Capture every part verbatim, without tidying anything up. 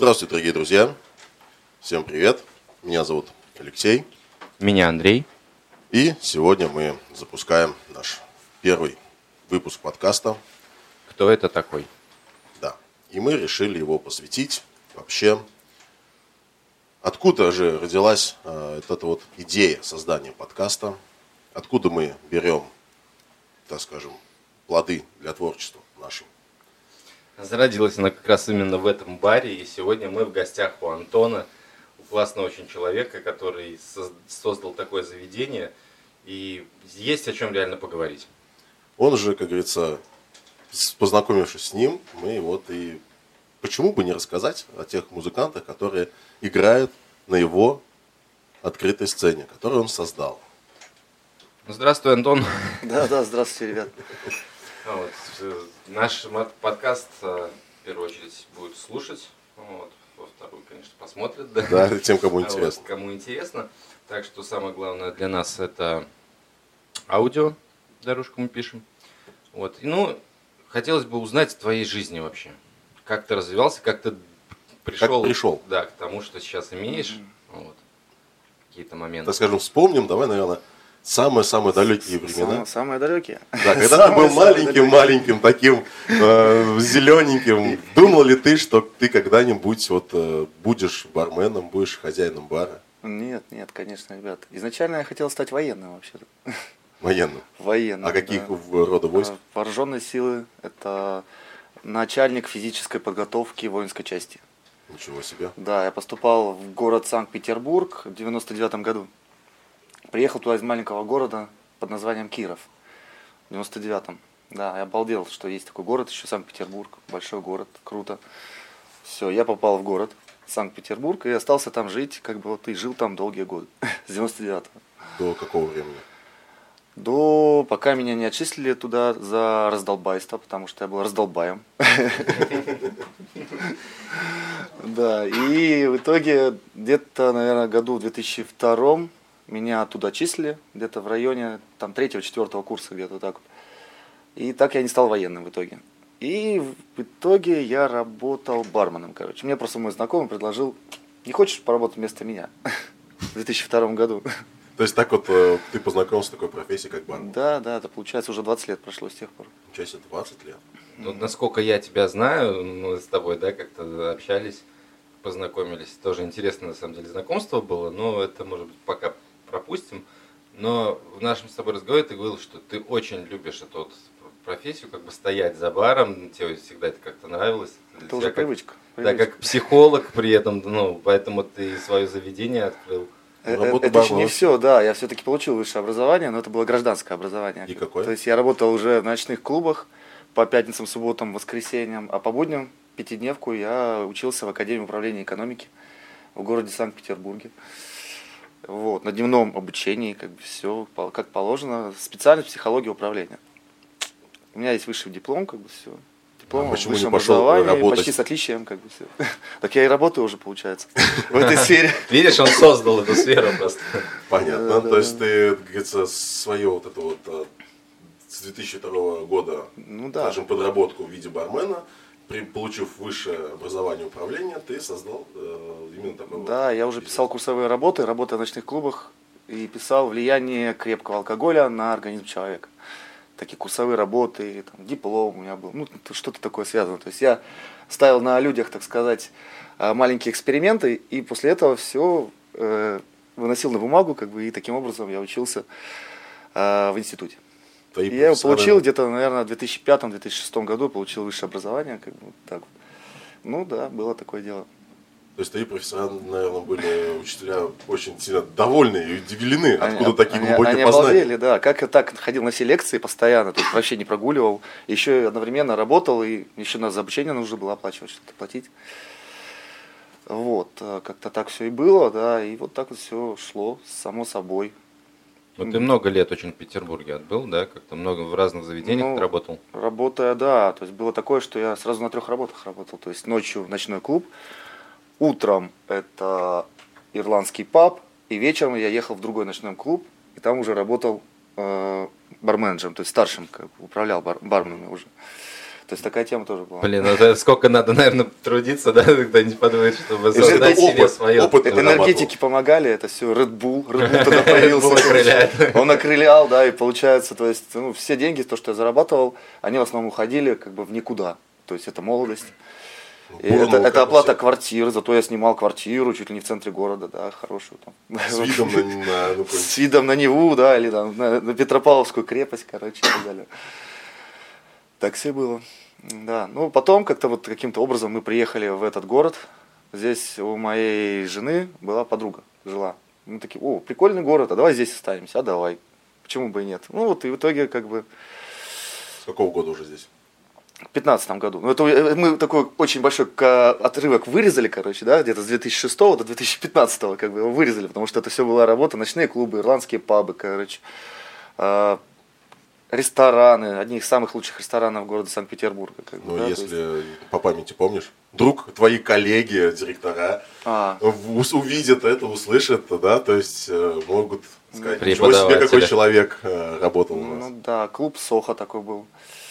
Здравствуйте, дорогие друзья. Всем привет. Меня зовут Алексей. Меня Андрей. И сегодня мы запускаем наш первый выпуск подкаста. Кто это такой? Да. И мы решили его посвятить вообще, откуда же родилась э, эта вот идея создания подкаста, откуда мы берем, так скажем, плоды для творчества нашего. Зародилась она как раз именно в этом баре, и сегодня мы в гостях у Антона, у классного очень человека, который создал такое заведение, и есть о чем реально поговорить. Он же, как говорится, познакомившись с ним, мы вот и почему бы не рассказать о тех музыкантах, которые играют на его открытой сцене, которую он создал. Здравствуй, Антон. Да, да, здравствуйте, ребят. Вот. Наш подкаст в первую очередь будет слушать, вот. Во вторую, конечно, посмотрят. Да, да тем, кому интересно. Вот, кому интересно. Так что самое главное для нас это аудио, дорожку мы пишем. Вот. И, ну, хотелось бы узнать о твоей жизни вообще. Как ты развивался, как ты пришел, как пришел. Да, к тому, что сейчас имеешь. Mm-hmm. Вот. Какие-то моменты. Так скажем, вспомним, давай, наверное, самые-самые далекие времена. Самые, самые далекие. Да, когда ты был маленьким-маленьким, таким э, зелененьким, думал ли ты, что ты когда-нибудь вот э, будешь барменом, будешь хозяином бара? Нет, нет, конечно, ребят. Изначально я хотел стать военным вообще-то. Военным? Военным, А каких да. рода войск? Вооруженные силы. Это начальник физической подготовки воинской части. Ничего себе. Да, я поступал в город Санкт-Петербург в девяносто девятом году. Приехал туда из маленького города под названием Киров в девяносто девятом. Да, я обалдел, что есть такой город, еще Санкт-Петербург, большой город, круто. Все, я попал в город Санкт-Петербург и остался там жить, как бы вот и жил там долгие годы, с девяносто девятого. До какого времени? До, пока меня не отчислили туда за раздолбайство, потому что я был раздолбаем. Да, и в итоге где-то, наверное, году в две тысячи втором меня оттуда отчислили, где-то в районе там третьего-четвертого курса, где-то так вот. И так я не стал военным в итоге. И в итоге я работал барменом, короче. Мне просто мой знакомый предложил: не хочешь поработать вместо меня? В две тысячи втором году. То есть так вот э, ты познакомился с такой профессией, как бармен? Да, да, это получается уже двадцать лет прошло с тех пор. Ничего себе, двадцать лет. Вот насколько я тебя знаю, мы с тобой, да, как-то общались, познакомились. Тоже интересно, на самом деле, знакомство было, но это, может быть, пока пропустим. Но в нашем с тобой разговоре ты говорил, что ты очень любишь эту вот профессию, как бы стоять за баром, тебе всегда это как-то нравилось. Это уже как, привычка, привычка. Да, как психолог при этом, ну, поэтому ты свое заведение открыл. Работа это еще не все, да, я все-таки получил высшее образование, но это было гражданское образование. И какое? То есть я работал уже в ночных клубах по пятницам, субботам, воскресеньям, а по будням пятидневку я учился в Академии управления экономики в городе Санкт-Петербурге. Вот, на дневном обучении, как бы все как положено, специальность психология управления. У меня есть высший диплом, как бы все. Диплом, а почему высшее не пошел образование, работать? почти с отличием, как бы все. Так я и работаю уже, получается, в этой сфере. Видишь, он создал эту сферу просто. Понятно, то есть ты, как говорится, свое вот это вот с две тысячи второго года, скажем, подработку в виде бармена, получив высшее образование управления, ты создал э, именно такой вот. Да, я уже писал курсовые работы, работая в ночных клубах, и писал влияние крепкого алкоголя на организм человека. Такие курсовые работы, там, диплом у меня был, ну, что-то такое связано. То есть я ставил на людях, так сказать, маленькие эксперименты, и после этого все э, выносил на бумагу, как бы, и таким образом я учился э, в институте. И я его получил где-то, наверное, в две тысячи пятом — две тысячи шестом году, получил высшее образование, как бы, так. Ну да, было такое дело. То есть твои профессора, наверное, были учителя очень сильно довольны и удивлены, откуда они, такие глубокие они познания. Обалдели, да, как я так ходил на все лекции постоянно, то есть вообще не прогуливал, еще и одновременно работал, и еще нас за обучение нужно было оплачивать, что-то платить. Вот, как-то так все и было, да, и вот так вот все шло само собой. Ну, ты много лет очень в Петербурге отбыл, да? Как-то много в разных заведениях ну, работал? Работая, да. То есть было такое, что я сразу на трех работах работал. То есть ночью ночной клуб, утром это ирландский паб, и вечером я ехал в другой ночной клуб, и там уже работал э, барменеджером, то есть старшим, как бы, управлял бар, барменами уже. То есть такая тема тоже была. Блин, ну это сколько надо, наверное, трудиться, да, когда-нибудь подумать, чтобы создать себе свое. Опыт энергетики помогали, это все Red Bull, Red Bull тогда появился. Он окрылял, да, и получается, то есть, ну, все деньги, то, что я зарабатывал, они в основном уходили как бы в никуда. То есть это молодость. И это, это оплата квартиры, зато я снимал квартиру чуть ли не в центре города, да, хорошую там. С видом на, на, С видом на Неву, да, или там на, на Петропавловскую крепость, короче, и так далее. Так все было. Да, ну потом как-то вот каким-то образом мы приехали в этот город. Здесь у моей жены была подруга, жила. Мы такие, о, прикольный город, а давай здесь останемся, а давай. Почему бы и нет? Ну вот и в итоге как бы... С какого года уже здесь? В пятнадцатом году. Ну, это мы такой очень большой отрывок вырезали, короче, да, где-то с две тысячи шестого до две тысячи пятнадцатого, как бы его вырезали, потому что это все была работа, ночные клубы, ирландские пабы, короче, рестораны, одни из самых лучших ресторанов города Санкт-Петербурга. Как бы, ну, да, если есть... по памяти помнишь, вдруг твои коллеги, директора а. увидят это, услышат, да, то есть могут сказать, ничего себе, какой человек работал у нас. Ну да, клуб Сохо такой был.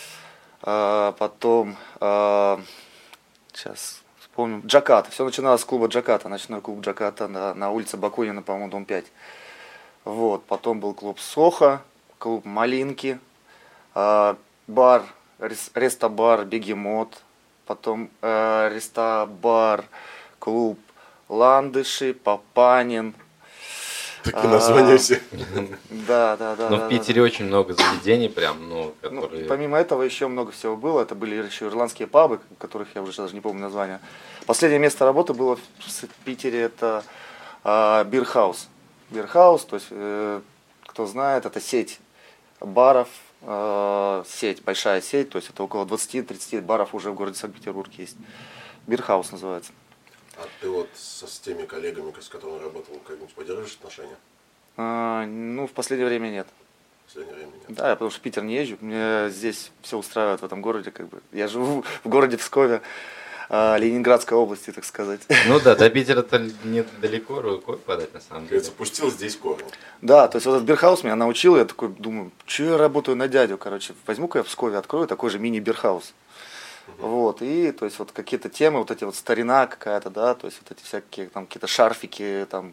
А, потом, а, сейчас вспомним, Джаката. Все начиналось с клуба Джаката, ночной клуб Джаката на, на улице Бакунина, по-моему, дом пять. Вот, потом был клуб Сохо, клуб Малинки, а, бар, рес, рестобар Бегемот, потом а, рестобар, клуб Ландыши, Папанин. Такие названия все. Да, да, да. Но в Питере очень много заведений, прям, ну, которые... Помимо этого еще много всего было. Это были еще ирландские пабы, которых я уже даже не помню название. Последнее место работы было в Питере, это Бирхаус. Бирхаус, то есть, кто знает, это сеть баров, сеть, большая сеть, то есть это около двадцати-тридцати баров уже в городе Санкт-Петербург есть. Бирхаус называется. А ты вот со, с теми коллегами, с которыми работал, как-нибудь поддерживаешь отношения? А, ну, в последнее время нет. В последнее время нет. Да, я потому что в Питер не езжу. Мне здесь все устраивает в этом городе. Как бы. Я живу в городе Пскове, а, Ленинградской области, так сказать. Ну да, до Питера-то недалеко, рукой подать на самом деле. Запустил здесь корни. Да, то есть вот этот Бирхаус меня научил. Я такой думаю, что я работаю на дядю, короче. Возьму-ка я в Пскове открою такой же мини-Бирхаус. Вот, и, то есть, вот какие-то темы, вот эти вот старина какая-то, да, то есть, вот эти всякие, там, какие-то шарфики, там,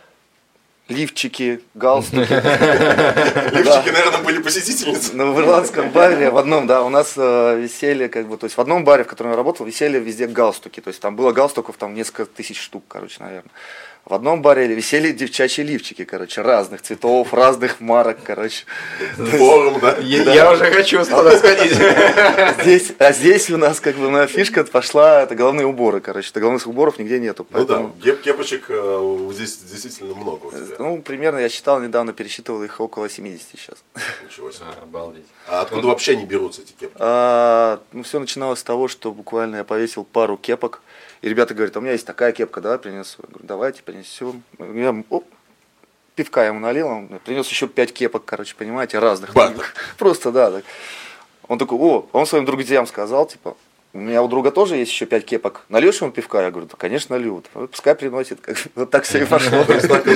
лифчики, галстуки. Лифчики, наверное, были посетительницы. Ну, в ирландском баре, в одном, да, у нас висели, как бы, то есть, в одном баре, в котором я работал, висели везде галстуки, то есть, там было галстуков, там, несколько тысяч штук, короче, наверное. В одном баре висели девчачьи лифчики, короче, разных цветов, разных марок, короче. Форум, да? Я уже хочу туда сходить. Здесь, а здесь у нас как бы моя фишка пошла, это головные уборы, короче. Это головных уборов нигде нету. Поэтому... Ну да, кепочек здесь действительно много у тебя. Ну, примерно, я считал, недавно пересчитывал их около семидесяти сейчас. Ничего себе. А, обалдеть. А откуда ну, вообще не берутся эти кепки? А, ну, все начиналось с того, что буквально я повесил пару кепок. И ребята говорят, а у меня есть такая кепка, давай принесу. Я говорю, давайте принесем. Я оп, пивка ему налил, он принес еще пять кепок, короче, понимаете, разных. Бандах. Просто, да. Так. Он такой, о, он своим друзьям сказал, типа, у меня у друга тоже есть еще пять кепок. Нальешь ему пивка? Я говорю, да, конечно, налью. Пускай приносит. Вот так все и пошло.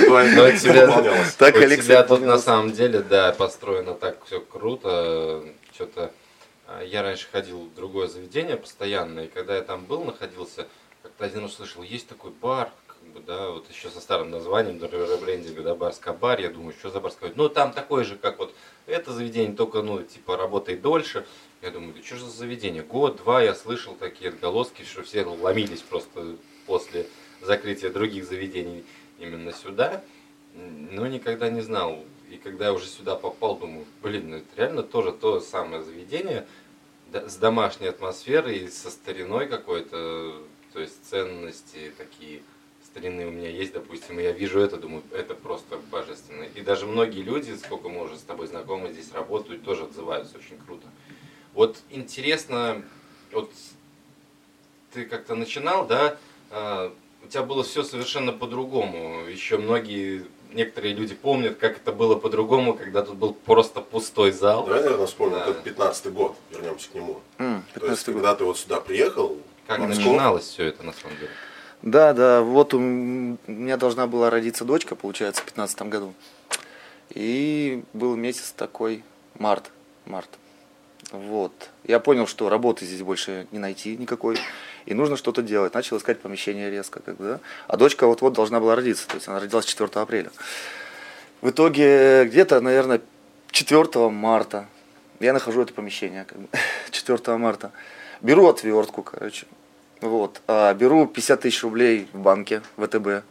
Так у тебя тут на самом деле, да, построено так все круто. Что-то я раньше ходил в другое заведение постоянно, и когда я там был, находился, как-то один раз слышал, есть такой бар, как бы, да, вот еще со старым названием, до ребрендинга, да, бар Скобар, я думаю, что за бар Скобар? Ну, там такой же, как вот это заведение, только, ну, типа, работает дольше. Я думаю, да что же за заведение? Год-два я слышал такие отголоски, что все ломились просто после закрытия других заведений именно сюда, но никогда не знал. И когда я уже сюда попал, думаю, блин, ну это реально тоже то самое заведение, да, с домашней атмосферой и со стариной какой-то, то есть ценности такие старины у меня есть, допустим, и я вижу это, думаю, это просто божественно. И даже многие люди, сколько мы уже с тобой знакомы, здесь работают, тоже отзываются, очень круто. Вот интересно, вот ты как-то начинал, да, а, у тебя было все совершенно по-другому, еще многие... Некоторые люди помнят, как это было по-другому, когда тут был просто пустой зал. Давай, наверное, вспомним, да. Это пятнадцатый год, вернемся к нему. Mm, То есть, когда ты вот сюда приехал... Как начиналось все это, на самом деле? Да, да, вот у меня должна была родиться дочка, получается, в пятнадцатом году. И был месяц такой, март, март. Вот. Я понял, что работы здесь больше не найти никакой, и нужно что-то делать. Начал искать помещение резко, как бы, да? А дочка вот-вот должна была родиться, то есть она родилась четвёртого апреля. В итоге где-то, наверное, четвёртого марта я нахожу это помещение, как бы, четвёртого марта. Беру отвертку, короче, вот, а беру пятьдесят тысяч рублей в банке вэ тэ бэ.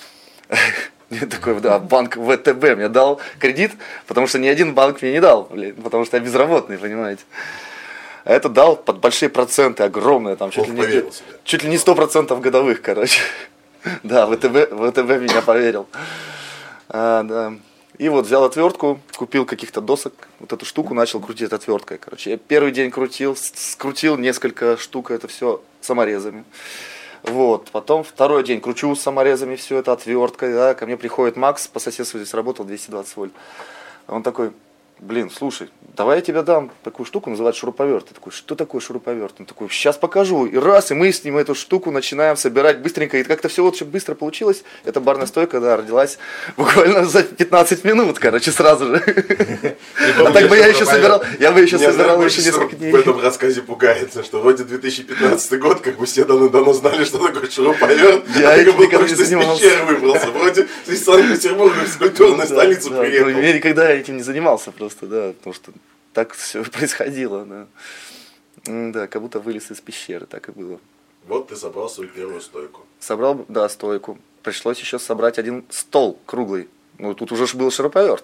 Я такой, да, банк вэ тэ бэ мне дал кредит, потому что ни один банк мне не дал, блин, потому что я безработный, понимаете. А это дал под большие проценты, огромные, там, чуть ли, не, чуть ли не сто процентов годовых, короче. Да, вэ тэ бэ, вэ тэ бэ меня поверил. А, да. И вот взял отвертку, купил каких-то досок, вот эту штуку начал крутить отверткой, короче. Я первый день крутил, скрутил несколько штук, это все саморезами. Вот, потом второй день кручу с саморезами все это отверткой, да, ко мне приходит Макс, по соседству здесь работал, двести двадцать вольт. Он такой, блин, слушай, давай я тебе дам такую штуку, называется шуруповерт. Я такой, что такое шуруповерт? Он такой, сейчас покажу. И раз, и мы с ним эту штуку начинаем собирать быстренько. И как-то все очень быстро получилось. Эта барная стойка, да, родилась буквально за пятнадцать минут, короче, сразу же. А так бы я еще собирал, я бы еще собирал еще несколько дней. В этом рассказе пугается, что вроде две тысячи пятнадцатый год, как бы все давно знали, что такое шуруповерт. Я этим никогда не занимался. Из пещеры выбрался, вроде из Санкт-Петербурга, в культурную столицу приехал. Я никогда этим не занимался просто, да, потому что так все происходило, да. Да, как будто вылез из пещеры, так и было. Вот ты собрал свою первую стойку. Собрал, да, стойку. Пришлось еще собрать один стол круглый. Ну, тут уже был шуруповерт.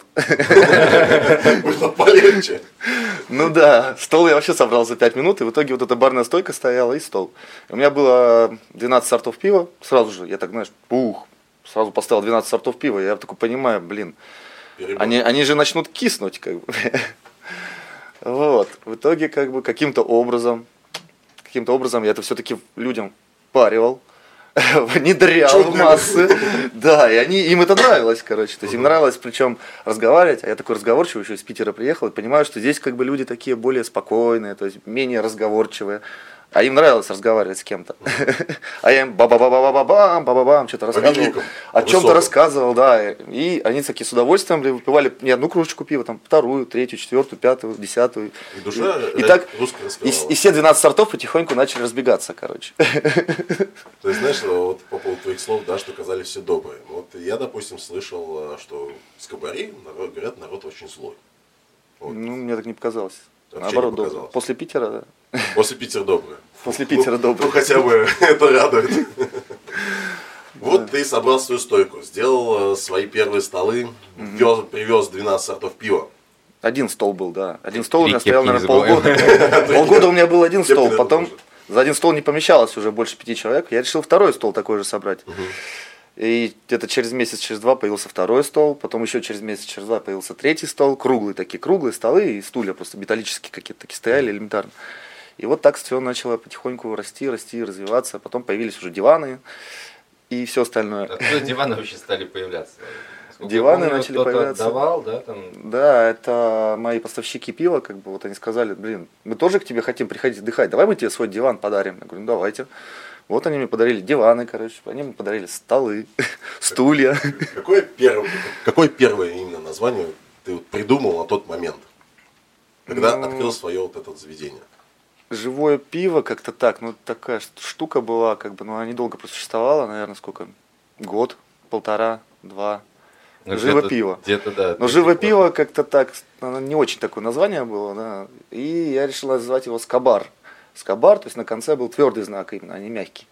Было полегче. Ну да, стол я вообще собрал за пять минут, и в итоге вот эта барная стойка стояла и стол. У меня было двенадцать сортов пива, сразу же, я так, знаешь, пух, сразу поставил двенадцать сортов пива, я такой понимаю, блин, они, они же начнут киснуть, как бы. Вот, в итоге, как бы, каким-то образом, каким-то образом я это все-таки людям паривал, внедрял в массы, да, и они, им это нравилось, короче, то есть им нравилось, причем разговаривать, а я такой разговорчивый, еще из Питера приехал, и понимаю, что здесь как бы люди такие более спокойные, то есть менее разговорчивые, а им нравилось разговаривать с кем-то, а я им ба-ба-ба-ба-ба-бам, ба-ба-бам, что-то рассказывал, о чем-то рассказывал, да, и они такие с удовольствием выпивали не одну кружечку пива, там вторую, третью, четвертую, пятую, десятую, и душа и так, и, и все двенадцать сортов потихоньку начали разбегаться, короче. То есть, знаешь, вот по поводу твоих слов, да, что казались все добрые. Вот я, допустим, слышал, что скобари, народ, говорят, народ очень злой. Вот. Ну, мне так не показалось. Вообще наоборот, не показалось. Добрый. После Питера, да. После Питера добрый. После Питера добрый. Ну, хотя бы это радует. Вот ты собрал свою стойку, сделал свои первые столы, привез двенадцать сортов пива. Один стол был, да. Один стол у меня стоял, наверное, полгода. Полгода у меня был один стол, потом за один стол не помещалось уже больше пяти человек. Я решил второй стол такой же собрать. И где-то через месяц, через два появился второй стол, потом еще через месяц, через два появился третий стол, круглые такие, круглые столы и стулья просто металлические какие-то такие стояли элементарно. И вот так все начало потихоньку расти, расти, развиваться, потом появились уже диваны и все остальное. Откуда диваны вообще стали появляться? Сколько Диваны помню, начали появляться. Отдавал, да, там... да, это мои поставщики пива, как бы вот они сказали, блин, мы тоже к тебе хотим приходить отдыхать, давай мы тебе свой диван подарим. Я говорю, ну давайте. Вот они мне подарили диваны, короче, они мне подарили столы, стулья. Какое первое, какое первое именно название ты вот придумал на тот момент, когда ну, открыл свое вот это заведение? Живое пиво как-то так, ну такая штука была, как бы, ну она недолго просуществовала, наверное, сколько, год, полтора, два. Ну, живо пиво. Где-то, да. Но живо пиво как-то так, оно не очень такое название было, да, и я решил назвать его Скобар. Скобар, то есть на конце был твердый знак именно, а не мягкий.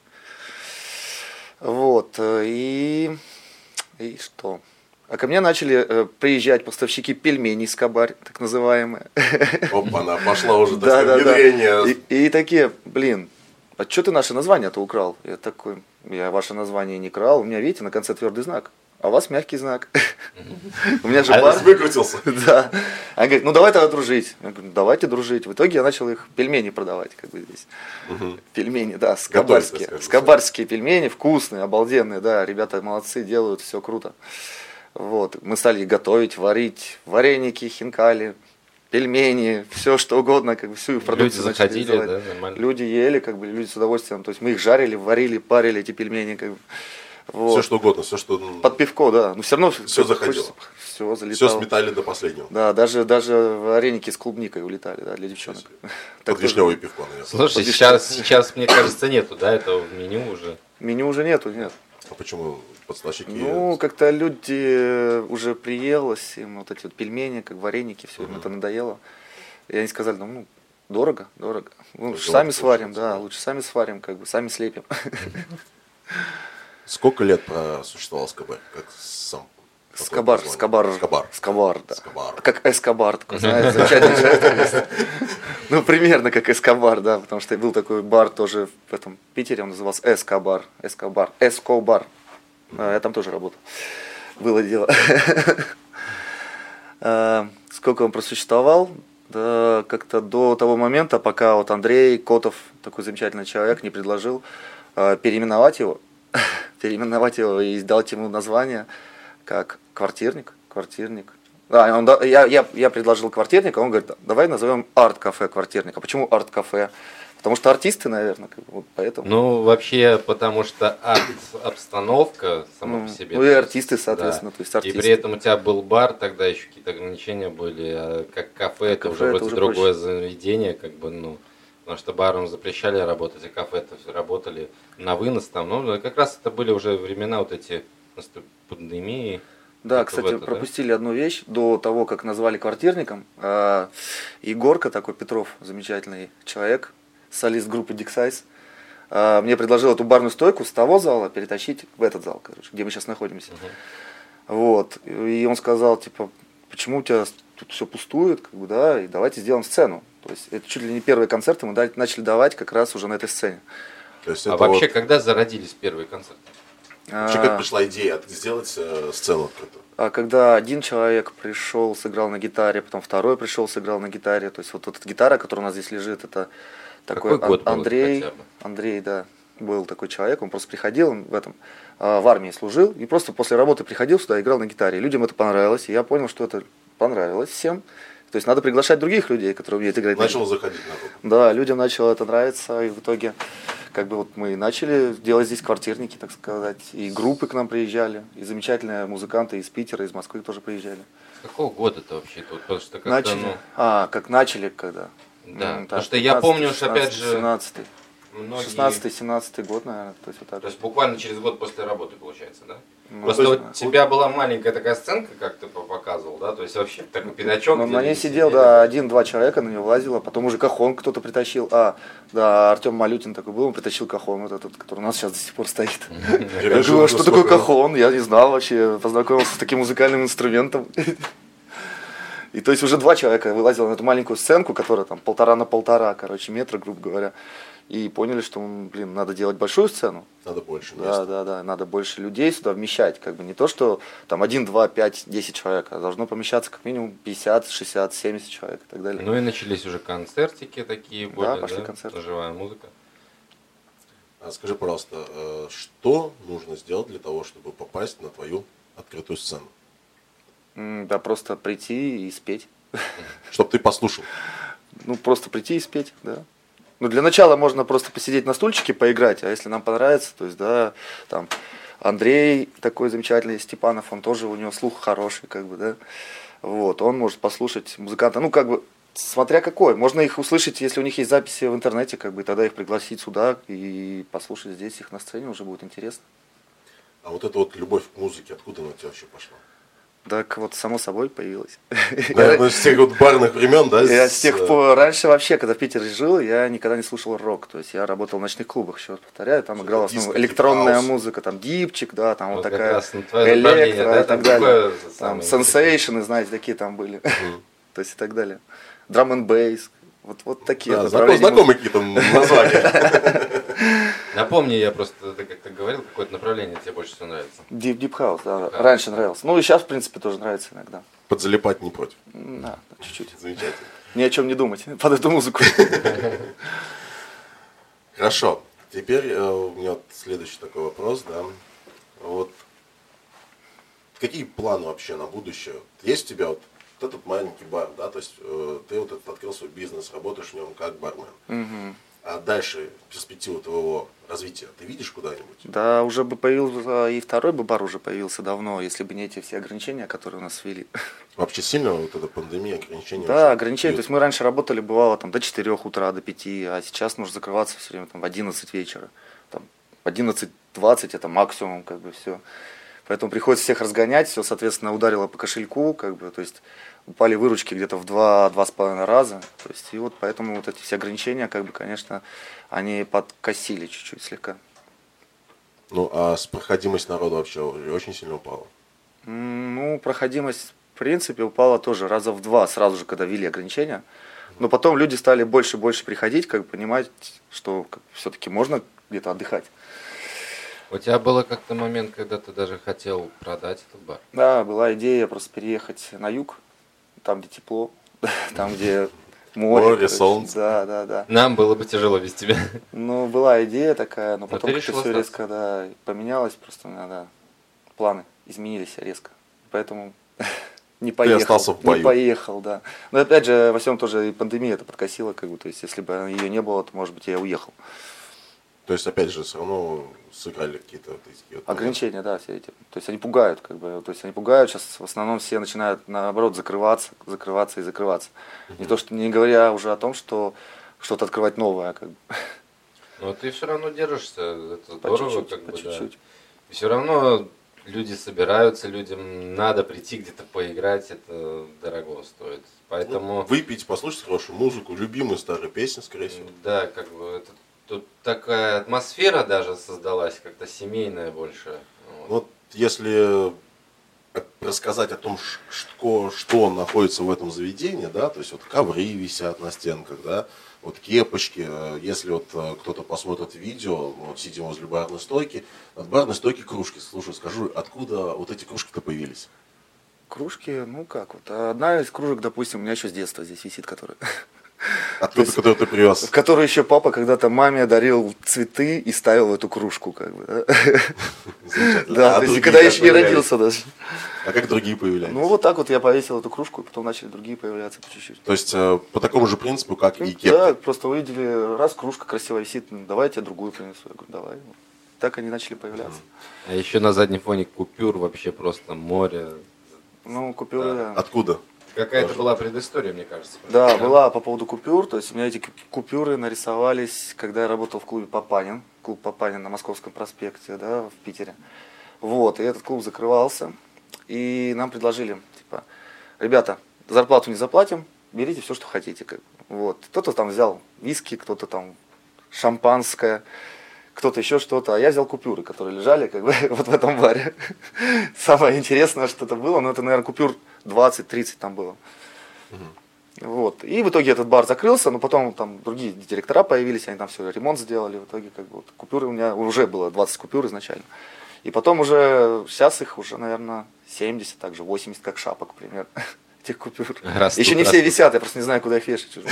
Вот, и, и что? А ко мне начали э, приезжать поставщики пельменей Скобарь, так называемые. Опа-на, пошла уже, так сказать, внедрение. И, и такие, блин, а что ты наше название-то украл? Я такой, я ваше название не крал, у меня, видите, на конце твердый знак. А у вас мягкий знак. У меня же бар выкрутился. Да. Она говорит, ну давай тогда дружить. Я говорю, давайте дружить. В итоге я начал их пельмени продавать, как бы здесь. Пельмени, да, скобарские. Скобарские пельмени, вкусные, обалденные, да, ребята молодцы, делают, все круто. Вот, мы стали их готовить, варить, вареники, хинкали, пельмени, все что угодно, как бы всю их продукцию люди заходили, да, нормально. Люди ели, как бы люди с удовольствием, то есть мы их жарили, варили, парили эти пельмени, как бы. Вот. Все что угодно, все что... Под пивко, да. Но все равно... Все заходило. Все залетало. Все сметали до последнего. Да, даже, даже вареники с клубникой улетали, да, для девчонок. Под вишневое пивко, наверное. Слушай, сейчас, сейчас, мне кажется, нету, да, этого в меню уже? Меню уже нету, нет. А почему подставщики? Ну, как-то люди уже приелось им вот эти вот пельмени, как вареники, все им это надоело. И они сказали, ну, ну дорого, дорого. Ну, лучше сами сварим, да, лучше сами сварим, как бы, сами слепим. Сколько лет просуществовал СКБ? Как сам? Скобар, Скобар, Скобар, Скобар, да. Скобар. Как Эскобар, такой, знаешь, замечательный. Ну, примерно как Эскобар, да, потому что был такой бар тоже в этом Питере, он назывался Эскобар, Эскобар, Эскобар. Я там тоже работал. Было дело. Сколько он просуществовал? Да, как-то до того момента, пока вот Андрей Котов, такой замечательный человек, не предложил переименовать его, переименовать его и дать ему название как квартирник, квартирник. Да, он, я, я, я предложил квартирник, а он говорит, давай назовем арт-кафе квартирник. А почему арт-кафе? Потому что артисты, наверное, как бы, вот поэтому. Ну, вообще, потому что арт-обстановка сама ну, по себе. Ну, и артисты, соответственно. Да. То есть артисты. И при этом у тебя был бар, тогда еще какие-то ограничения были, а как кафе, как это кафе, уже это уже другое проще. Заведение, как бы, ну, потому что барам запрещали работать, а кафе-то работали на вынос там. Ну, как раз это были уже времена вот эти пандемии. Да, кстати, это, пропустили да? одну вещь до того, как назвали квартирником. Э, Егорка, такой Петров, замечательный человек, солист группы Dick Size, э, мне предложил эту барную стойку с того зала перетащить в этот зал, короче, где мы сейчас находимся. Uh-huh. Вот. И он сказал, типа, почему у тебя тут все пустует, как бы, да, и давайте сделаем сцену. То есть это чуть ли не первые концерты мы дали, начали давать как раз уже на этой сцене. То есть а вообще, вот... когда зародились первые концерты? Вообще, как пришла идея сделать э, сцену открытую? А когда один человек пришел, сыграл на гитаре, потом второй пришел, сыграл на гитаре. То есть вот эта гитара, которая у нас здесь лежит, это такой год Андрей, Андрей, да, был такой человек, он просто приходил, он в этом в армии служил, и просто после работы приходил сюда, играл на гитаре. И людям это понравилось, и я понял, что это понравилось всем. То есть надо приглашать других людей, которые умеют играть. Начал заходить народ. Да, людям начало это нравиться, и в итоге как бы вот мы начали делать здесь квартирники, так сказать, и группы к нам приезжали, и замечательные музыканты из Питера, из Москвы тоже приезжали. С какого года это вообще? Потому что как-то, начали, ну... А, как начали, когда? Да, ну, потому что я помню, что опять же... семнадцатый многие... шестнадцатый-семнадцатый год, наверное. То есть, вот так. То есть буквально через год после работы, получается, да? Ну, просто вот у тебя была маленькая такая сценка, как ты показывал, да? То есть вообще такой пятачок. Ну, на ней сидел, да, один-два человека на нее влазило, потом уже кахон кто-то притащил. А, да, Артем Малютин такой был, он притащил кахон, вот этот, который у нас сейчас до сих пор стоит. Я думал, что такое кахон, я не знал вообще, познакомился с таким музыкальным инструментом. И то есть уже два человека вылазило на эту маленькую сценку, которая там полтора на полтора, короче, метра, грубо говоря. И поняли, что, блин, надо делать большую сцену. Надо больше Да, места. да, да, надо больше людей сюда вмещать. Как бы не то, что там один, два, пять, десять человек, а должно помещаться как минимум пятьдесят, шестьдесят, семьдесят человек и так далее. Ну и начались уже концертики такие, более, да, пошли да? концерты. Живая музыка. А скажи, пожалуйста, что нужно сделать для того, чтобы попасть на твою открытую сцену? Да, просто прийти и спеть. Чтобы ты послушал? Ну, просто прийти и спеть, да. Ну, для начала можно просто посидеть на стульчике, поиграть, а если нам понравится, то есть, да, там, Андрей такой замечательный, Степанов, он тоже, у него слух хороший, как бы, да, вот, он может послушать музыканта, ну, как бы, смотря какой, можно их услышать, если у них есть записи в интернете, как бы, тогда их пригласить сюда и послушать здесь их на сцене, уже будет интересно. А вот эта вот любовь к музыке, откуда она у тебя вообще пошла? Так вот, само собой появилась. Наверное, с тех вот барных времен, да? Я с тех пор, раньше вообще, когда в Питере жил, я никогда не слушал рок. То есть я работал в ночных клубах, еще раз повторяю, там играла в основном электронная музыка, там дипчик, да, там вот такая электро и так далее. Там сенсейшены, знаете, такие там были. То есть и так далее. Драм энд бейс. Вот, вот такие да, знакомые какие-то названия. Напомни, я просто, ты как-то говорил, какое-то направление тебе больше всего нравится. Deep, Deep House, да, Deep раньше House. Нравился. Ну и сейчас, в принципе, тоже нравится иногда. Подзалипать не против? Да, чуть-чуть. Замечательно. Ни о чем не думать под эту музыку. Хорошо. Теперь э, у меня вот следующий такой вопрос, да. Вот какие планы вообще на будущее? Есть у тебя вот вот этот маленький бар, да, то есть э, ты вот этот открыл свой бизнес, работаешь в нем как бармен. Угу. А дальше перспективу твоего развития ты видишь куда-нибудь? Да, уже бы появился, и второй бы бар уже появился давно, если бы не эти все ограничения, которые у нас ввели. Вообще сильно вот эта пандемия, ограничения? Да, ограничения. То есть мы раньше работали, бывало, там, до четырёх утра, до пяти, а сейчас нужно закрываться все время там, в одиннадцать вечера. Там, в одиннадцать двадцать это максимум, как бы, все. Поэтому приходится всех разгонять, все, соответственно, ударило по кошельку, как бы, то есть упали выручки где-то в два-два с половиной раза. То есть, и вот поэтому вот эти все ограничения, как бы, конечно, они подкосили чуть-чуть слегка. Ну, а с проходимость народа вообще очень сильно упала? Ну, проходимость, в принципе, упала тоже раза в два, сразу же, когда ввели ограничения. Но потом люди стали больше и больше приходить, как бы понимать, что все-таки можно где-то отдыхать. У тебя был как-то момент, когда ты даже хотел продать этот бар? Да, была идея просто переехать на юг, там, где тепло, там, где море. Море, солнце. Да, да, да. Нам было бы тяжело без тебя. Ну, была идея такая, но потом как-то все остаться. резко, да, поменялось, просто у меня, да, планы изменились резко. Поэтому не поехал. остался в бою. Не поехал, да. Но опять же, во всем тоже и пандемия это подкосила, как бы, то есть, если бы ее не было, то, может быть, я уехал. То есть, опять же, все равно сыграли какие-то вот эти вот Ограничения, да, все эти. То есть они пугают, как бы. То есть они пугают. Сейчас в основном все начинают наоборот закрываться, закрываться и закрываться. Mm-hmm. Не то, что не говоря уже о том, что что-то открывать новое, как бы. Но ты все равно держишься, это По здорово, чуть-чуть, как по бы, чуть-чуть. да. И все равно люди собираются, людям надо прийти где-то поиграть, это дорого стоит. Поэтому. Ну, выпить, послушать хорошую музыку, любимые старые песни, скорее всего. Да, как бы это. Тут такая атмосфера даже создалась, как-то семейная больше. Вот, вот если рассказать о том, что, что находится в этом заведении, да, то есть вот ковры висят на стенках, да, вот кепочки, если вот кто-то посмотрит видео, вот сидим возле барной стойки, от барной стойки кружки, слушай, скажу, откуда вот эти кружки-то появились? Кружки, ну как вот, одна из кружек, допустим, у меня еще с детства здесь висит, которая... Откуда, который ты привез? В которую еще папа когда-то маме дарил цветы и ставил в эту кружку, как бы, да. Да, то есть когда я еще не родился даже. А как другие появлялись? Ну вот так вот я повесил эту кружку, и потом начали другие появляться по чуть-чуть. То есть по такому же принципу, как и кепка? Да, просто увидели, раз кружка красиво висит, давайте я другую принесу. Я говорю, давай. Так они начали появляться. А еще на заднем фоне купюр вообще просто море. Ну, купюры, да. Откуда? Какая-то была предыстория, мне кажется. Да, была по поводу купюр. То есть у меня эти купюры нарисовались, когда я работал в клубе Папанин. Клуб Папанин на Московском проспекте, да, в Питере. Вот, и этот клуб закрывался. И нам предложили, типа, ребята, зарплату не заплатим, берите все, что хотите. Как. Вот. Кто-то там взял виски, кто-то там шампанское, кто-то еще что-то. А я взял купюры, которые лежали как бы вот в этом баре. Самое интересное, что это было, но это, наверное, купюр двадцать-тридцать там было. Угу. Вот. И в итоге этот бар закрылся, но потом там другие директора появились, они там все ремонт сделали. В итоге как бы вот, купюры у меня уже было двадцать купюр изначально. И потом уже, сейчас их уже, наверное, семьдесят, также восемьдесят, как шапок, примерно, этих купюр. Растут, еще не растут. все висят, я просто не знаю, куда их вешать уже.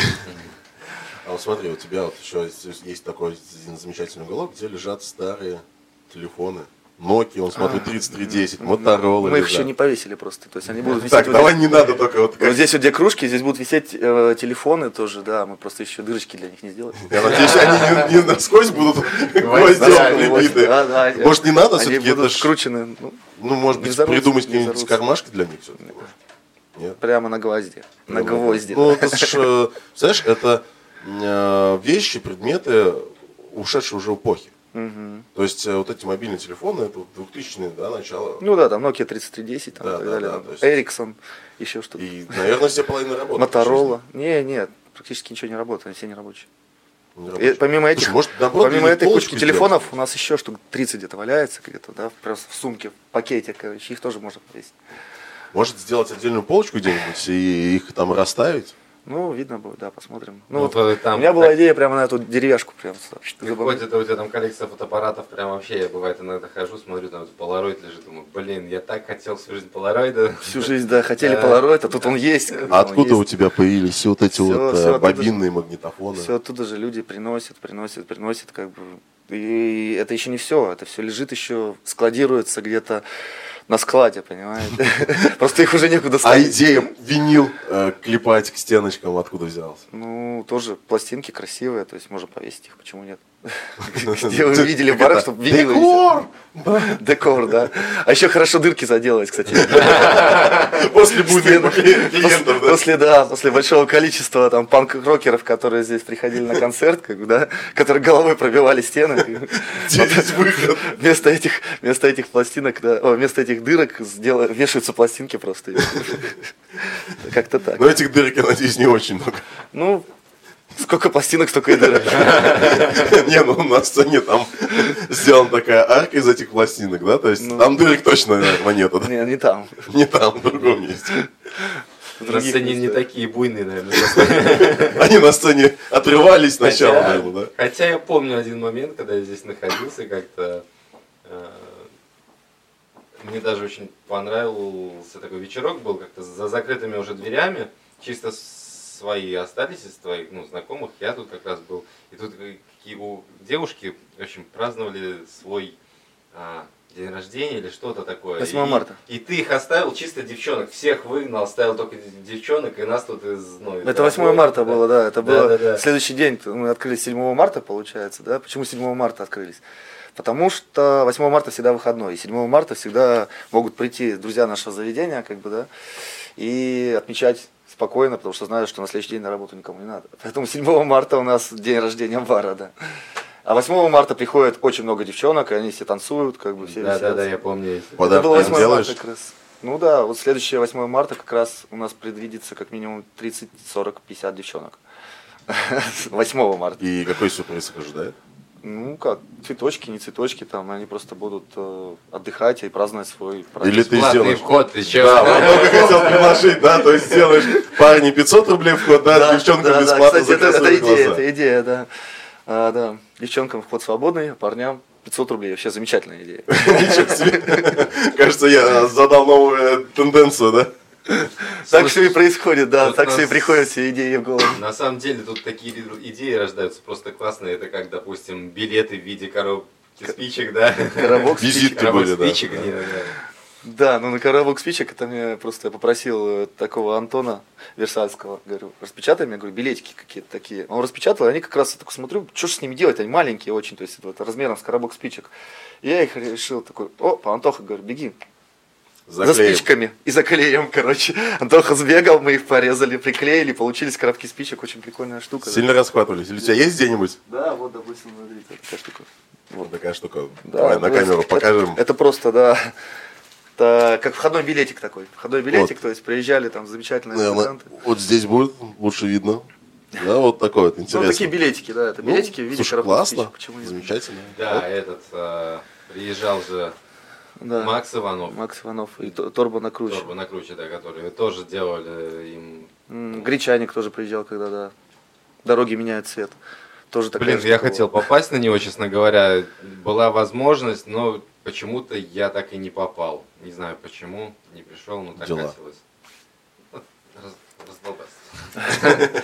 А вот смотри, у тебя вот еще есть такой замечательный уголок, где лежат старые телефоны. Nokia, он смотрит тридцать три десять, Motorola. Мы их лежат. еще не повесили просто. То есть они будут висеть. Так, вот давай здесь. не надо только вот. Вот здесь вот где кружки, здесь будут висеть э, телефоны тоже, да. Мы просто еще дырочки для них не сделали. Я надеюсь, они не, не насквозь будут гвоздем прибиты. Да, да, Может, не надо они все-таки будут это ж- вкручены. Ну, Ну, может не быть, взорвутся, придумать не какие-нибудь взорвутся. кармашки для них все-таки. Нет? прямо на гвозде. На гвозди. Ну, это ж, э, знаешь, это э, вещи, предметы ушедшие уже эпохи. Мгм. То есть э, вот эти мобильные телефоны, это вот двухтысячные, да, начало. Ну да, там Nokia тридцать три десять, там, Да, и так да, далее. да, там, то есть- Ericsson, еще что-то. И, наверное, все половины работают. Motorola. Не, нет, практически ничего не работает, они все не рабочие. Не И рабочие. помимо этих, Слушай, может, наоборот, помимо или этой полочку кучки сделать? телефонов, у нас еще штук тридцать где-то валяется, где-то, да, просто в сумке, в пакете, короче, их тоже можно повесить. Может сделать отдельную полочку где-нибудь и их там расставить? Ну, видно будет, да, посмотрим. Ну, Ну, вот то там у меня была так- идея прямо на эту деревяшку прям. Выходит, у тебя там коллекция фотоаппаратов, прям вообще, я бывает иногда хожу, смотрю, там полароид лежит, думаю, блин, я так хотел всю жизнь полароида. Всю жизнь, да, хотели Да. полароид, а тут он есть. А откуда у тебя появились все вот эти Всё- вот всё э, оттуда бобинные магнитофоны? Все оттуда же люди приносят, приносят, приносят, как бы. И это еще не все, это все лежит еще, складируется где-то на складе, понимаете? Просто их уже некуда А ставить. идея винил э, клепать к стеночкам откуда взялась? Ну, тоже пластинки красивые, то есть можно повесить их, почему нет? Где вы видели бары, чтобы винилы Декор! висели? Декор, да. А еще хорошо дырки заделать, кстати. После буйных клиентов, да? После, да, после большого количества там панк-рокеров, которые здесь приходили на концерт, как бы, да, которые головой пробивали стены. Делать выход. Вместо этих, вместо этих пластинок, да, о, вместо этих дырок сдел- вешаются пластинки просто. Как-то так. Но этих дырок, я надеюсь, не очень много. Ну, сколько пластинок, столько и дырок. Не, ну на сцене там сделана такая арка из этих пластинок, да? То есть Ну. там дырок точно, наверное, нету, да? Не, не там. Не там, в другом месте. На сцене не такие буйные, наверное. Они на сцене отрывались сначала, Хотя, наверное, да? хотя я помню один момент, когда я здесь находился, как-то э, мне даже очень понравился такой вечерок был, как-то за закрытыми уже дверями, чисто свои остались из твоих, ну, знакомых, я тут как раз был, и тут какие у девушки, в общем, праздновали свой а, день рождения или что-то такое. восьмое марта. И, и ты их оставил чисто девчонок, всех выгнал, оставил только девчонок, и нас тут из... Ну, из Это восьмое марта да. было, да. Это Да, было да, да. следующий день. Мы открылись седьмого марта, получается, да. Почему седьмого марта открылись? Потому что восьмое марта всегда выходной. И седьмого марта всегда могут прийти друзья нашего заведения, как бы, да, и отмечать спокойно, потому что знают, что на следующий день на работу никому не надо. Поэтому седьмого марта у нас день рождения бара, да. А восьмого марта приходит очень много девчонок, и они все танцуют, как бы все Да, веселятся. да, да, я помню. Это Подарки было им восьмое делаешь? марта как раз. Ну да, вот следующее восьмое марта как раз у нас предвидится как минимум тридцать, сорок, пятьдесят девчонок. восьмого марта. И какой сюрприз их ожидает? Ну как, цветочки, не цветочки, там они просто будут э, отдыхать и праздновать свой праздник. Или ты Бесплатный сделаешь... вход, ты чё? Да, вот только хотел предложить, да, то есть сделаешь парни пятьсот рублей вход, да, девчонкам да, бесплатно кстати, за это, это красивые идея, глаза. это идея, да. А, да. Девчонкам вход свободный, парням пятьсот рублей. Вообще замечательная идея. Ничего себе. Кажется, я задал новую тенденцию, да? Так все и происходит, да, тут так все и нас- приходят все идеи в голову. На самом деле тут такие идеи рождаются просто классные. Это как, допустим, билеты в виде коробки спичек, да? Коробок Визитки спичек. Коробок были, да. спичек, не, да. Да, ну на коробок спичек это мне просто я попросил э, такого Антона Версальского, говорю, распечатай мне, говорю, билетики какие-то такие. Он распечатал, и они как раз, я такой смотрю, что же с ними делать, они маленькие очень, то есть вот размером с коробок спичек. И я их решил такой, о, Антоха, говорю, беги. За Заклеим. спичками и за клеем, короче. Антоха сбегал, мы их порезали, приклеили, получились коробки спичек, очень прикольная штука. Сильно расхватывались. Или у тебя есть где-нибудь? Да, вот, допустим, смотрите, такая штука. Вот такая штука. Да, Давай на то есть камеру это- покажем. Это, просто, да, это как входной билетик такой. Входной билетик, то есть приезжали там замечательные Наверное, студенты. вот здесь будет лучше видно. Да, вот такой вот Ну, интересный. такие билетики, да, это Ну, билетики в виде слушай, коробок классно, спичек, почему нет? замечательно. Да, этот э, приезжал же Да. Макс Иванов, Макс Иванов и Т- Торбо на круче. Торбо на круче, да, которые тоже делали им. М, Гречаник тоже приезжал, когда, да. Дороги меняют цвет. Тоже такая Блин, штука я была. хотел попасть на него, честно говоря. Была возможность, но почему-то я так и не попал. Не знаю почему, не пришел, но так Дела. хотелось. Вот, раз- раздолбаться.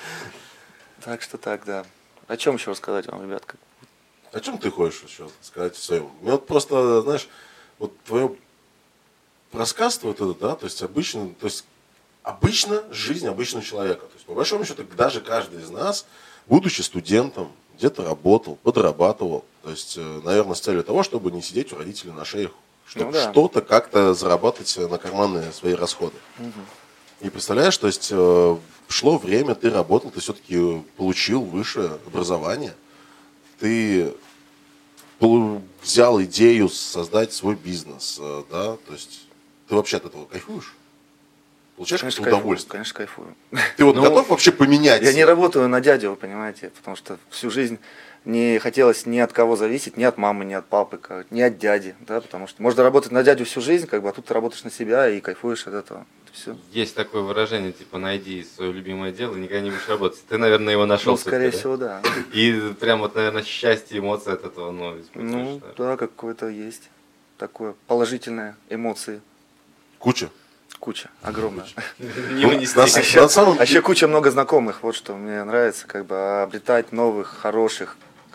Так что так, да. О чем еще рассказать вам, ребят? Как- О чем ты хочешь еще сказать в своем? Мне вот просто, знаешь, вот твое рассказство вот это, да, то есть обычно, то есть обычно жизнь обычного человека. То есть по большому счету даже каждый из нас, будучи студентом, где-то работал, подрабатывал. То есть, э, наверное, с целью того, чтобы не сидеть у родителей на шеях, чтобы Ну да. что-то как-то зарабатывать на карманные свои расходы. И представляешь, то есть э, шло время, ты работал, ты все-таки получил высшее образование, ты полу- взял идею создать свой бизнес, э, да, то есть ты вообще от этого кайфуешь? Получаешь Конечно, какое-то кайфую, удовольствие? конечно, кайфую. Ты вот Ну, готов вообще поменять? Я не работаю на дядю, вы понимаете, потому что всю жизнь не хотелось ни от кого зависеть, ни от мамы, ни от папы, как- ни от дяди, да, потому что можно работать на дядю всю жизнь, как бы, а тут ты работаешь на себя и кайфуешь от этого. Все. Есть такое выражение, типа, найди свое любимое дело, никогда не будешь работать. Ты, наверное, его нашел. Ну, скорее всё-таки, всего, да. да? И прям вот, наверное, счастье, эмоции от этого, ну, испытываешь, Ну, да. да, какое-то есть такое положительное эмоции. Куча. Куча, огромная. Не унести. на- А еще, на самом а еще деле- куча много знакомых, вот что мне нравится, как бы обретать новых, хороших,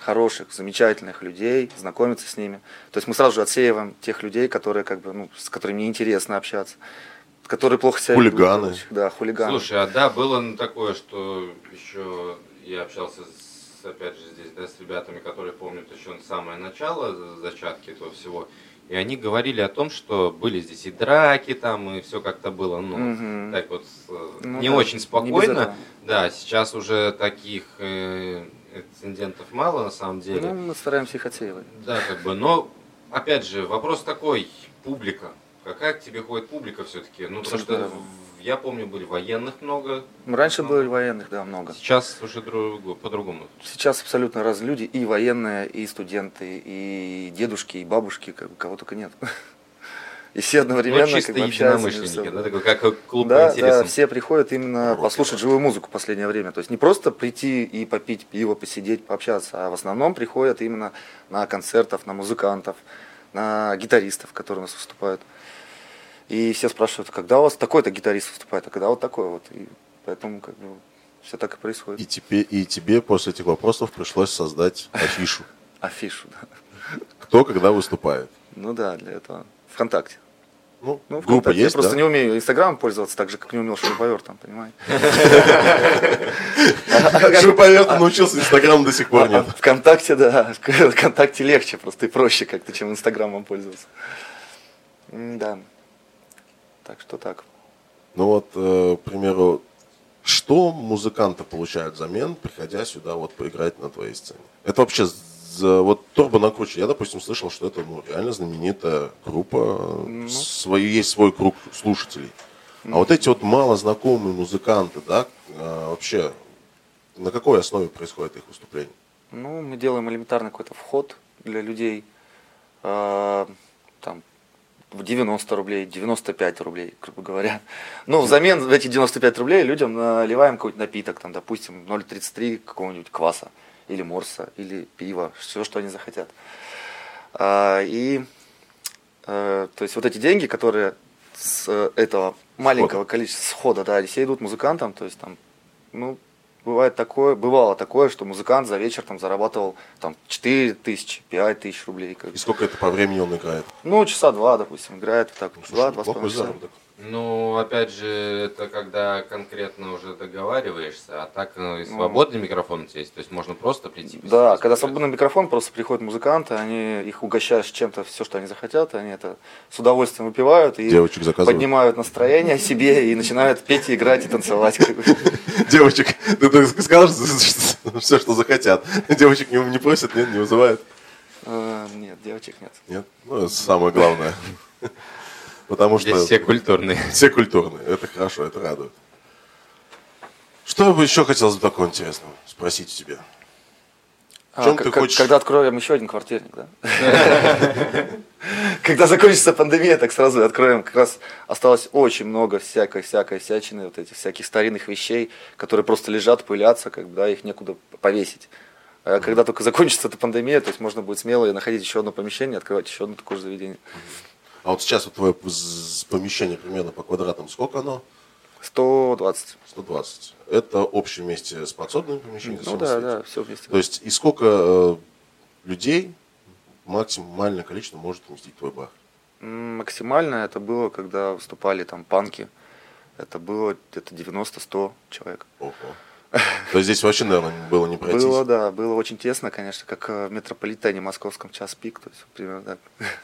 хороших, замечательных людей, знакомиться с ними. То есть мы сразу же отсеиваем тех людей, которые, как бы, ну, с которыми неинтересно общаться, которые плохо себя ведут. Хулиганы. Да, хулиганы. Слушай, а да, было ну, такое, что еще я общался с, опять же, здесь, да, с ребятами, которые помнят еще самое начало, зачатки этого всего. И они говорили о том, что были здесь и драки там, и все как-то было, ну, угу. так вот, ну, не да, очень спокойно. Не да, сейчас уже таких э, инцидентов мало, на самом деле. Ну, мы стараемся их отсеивать. Да, как бы, но, опять же, вопрос такой, публика. Какая к тебе ходит публика все-таки? Ну, потому что я помню, были военных много. Раньше много. Были военных, да, много. Сейчас уже по-другому. Сейчас абсолютно разные люди, и военные, и студенты, и дедушки, и бабушки, как, кого только нет. И все одновременно ну, чисто как бы единомышленники, да, такой, как клуб да, по интересам. Да, все приходят именно Руки, послушать живую музыку в последнее время. То есть не просто прийти и попить пиво, посидеть, пообщаться, а в основном приходят именно на концертов, на музыкантов, на гитаристов, которые у нас выступают. И все спрашивают, когда у вас такой-то гитарист выступает, а когда вот такой вот. И поэтому как бы все так и происходит. И тебе, и тебе после этих вопросов пришлось создать афишу. Афишу, да. Кто когда выступает. Ну да, для этого. ВКонтакте. Ну, ну группа есть, я просто да? не умею Инстаграм пользоваться, так же, как не умел шуруповерт, там, понимаете? Шуруповерт научился, Инстаграм до сих пор нет. ВКонтакте, да. ВКонтакте легче просто и проще как-то, чем Инстаграмом пользоваться. Да. Так что так. Ну вот, э, к примеру, что музыканты получают взамен, приходя сюда вот поиграть на твоей сцене? Это вообще, за, вот Turbo на Круче, я, допустим, слышал, что это ну, реально знаменитая группа, ну. свой, есть свой круг слушателей. А вот эти вот малознакомые музыканты, да, э, вообще, на какой основе происходит их выступление? Ну, мы делаем элементарный какой-то вход для людей, э, там, в девяносто рублей, девяносто пять рублей, грубо говоря. Ну, взамен в эти девяносто пять рублей людям наливаем какой-нибудь напиток, там, допустим, ноль тридцать три какого-нибудь кваса, или морса, или пива, все, что они захотят. А, и, а, то есть, вот эти деньги, которые с этого маленького схода. количества схода, да, все идут музыкантам, то есть, там, ну, бывает такое, бывало такое, что музыкант за вечер там зарабатывал там четыре тысячи, пять тысяч рублей. Как. И сколько это по времени он играет? Ну, часа два, допустим, играет вот так. Ну, два, два с половиной часа. Ну, опять же, это когда конкретно уже договариваешься, а так ну, и свободный ну, микрофон у тебя есть, то есть можно просто прийти. Да, когда свободный микрофон, просто приходят музыканты, они их угощаешь чем-то, все, что они захотят, они это с удовольствием выпивают и поднимают настроение себе и начинают петь, и играть и танцевать. Девочек, ты только сказал, что все, что захотят. Девочек не просят, нет, не вызывают? Нет, девочек нет. Нет? Ну, это самое главное. Потому Здесь что все культурные. Все культурные. Это хорошо, это радует. Что бы еще хотелось бы такого интересного спросить у тебя? А, чем ты хочешь... Когда откроем еще один квартирник, да? Когда закончится пандемия, так сразу откроем. Как раз осталось очень много всякой-всякой всячины, вот этих всяких старинных вещей, которые просто лежат, пылятся, как бы, да, их некуда повесить. А когда только закончится эта пандемия, то есть можно будет смело находить еще одно помещение, открывать еще одно такое же заведение. А вот сейчас вот твое помещение примерно по квадратам, сколько оно? сто двадцать. сто двадцать. Это общее вместе с подсобным помещением? Ну да, да, все вместе. То есть и сколько э, людей максимальное количество может вместить твой бар? Максимально это было, когда выступали там панки. Это было где-то девяносто-сто человек. Ого. То есть здесь вообще, наверное, было не пройтись? Было, да, было очень тесно, конечно, как в метрополитене московском час пик, то есть примерно так.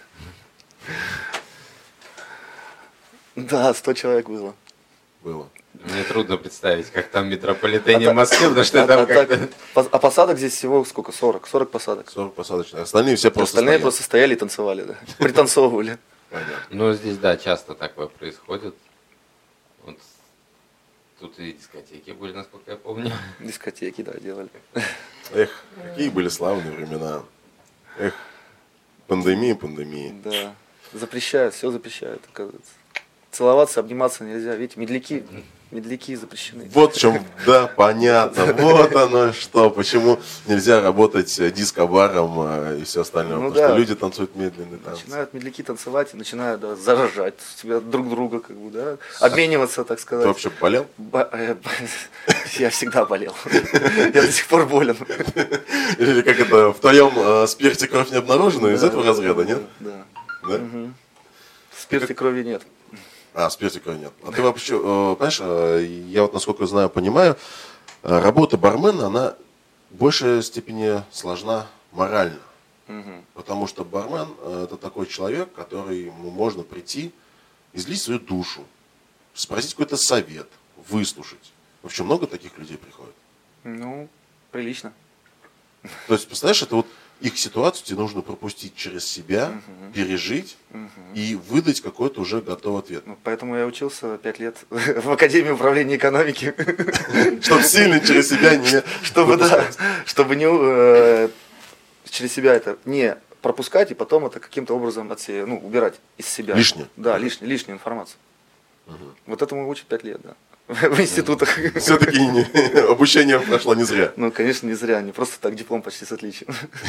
Да, сто человек было. Было. Мне трудно представить, как там в метрополитене в Москве, потому что там как-то... А посадок здесь всего сколько? сорок? сорок посадок. сорок посадочных. Остальные все просто Остальные просто стояли и танцевали, да. Пританцовывали. Понятно. Ну, здесь, да, часто такое происходит. Вот тут и дискотеки были, насколько я помню. Дискотеки, да, делали. Эх, какие были славные времена. Эх, пандемия, пандемия. Да. Запрещают, все запрещают, оказывается. Целоваться, обниматься нельзя. Видите, медляки, медляки запрещены. Вот в чем, да, понятно. Вот оно что, почему нельзя работать диско-баром и все остальное. Ну, потому да. что люди танцуют медленный танец. Начинают медляки танцевать и начинают да, заражать себя друг друга, как бы, да, обмениваться, так сказать. Ты вообще болел? Я всегда болел. Я до сих пор болен. Или как это, в твоем спирте кровь не обнаружена, из этого разряда, нет? Да. Да? В спирте крови нет. А, спирте крови нет. А ты вообще, понимаешь, я вот насколько знаю, понимаю, работа бармена, она в большей степени сложна морально. Угу. Потому что бармен это такой человек, который ему можно прийти, излить свою душу, спросить какой-то совет, выслушать. Вообще много таких людей приходит? Ну, прилично. То есть, представляешь, это вот их ситуацию тебе нужно пропустить через себя, угу. пережить угу. и выдать какой-то уже готовый ответ. Ну, поэтому я учился пять лет в Академии управления экономики. Чтобы сильно через себя не... Чтобы, да, чтобы не... Через себя это не пропускать и потом это каким-то образом ну, убирать из себя. Лишнее? Да, лишнюю, лишнюю информацию. Вот этому учат пять лет, да. В институтах. Все-таки обучение прошло не зря. Ну, конечно, не зря. Не просто так диплом почти с отличием.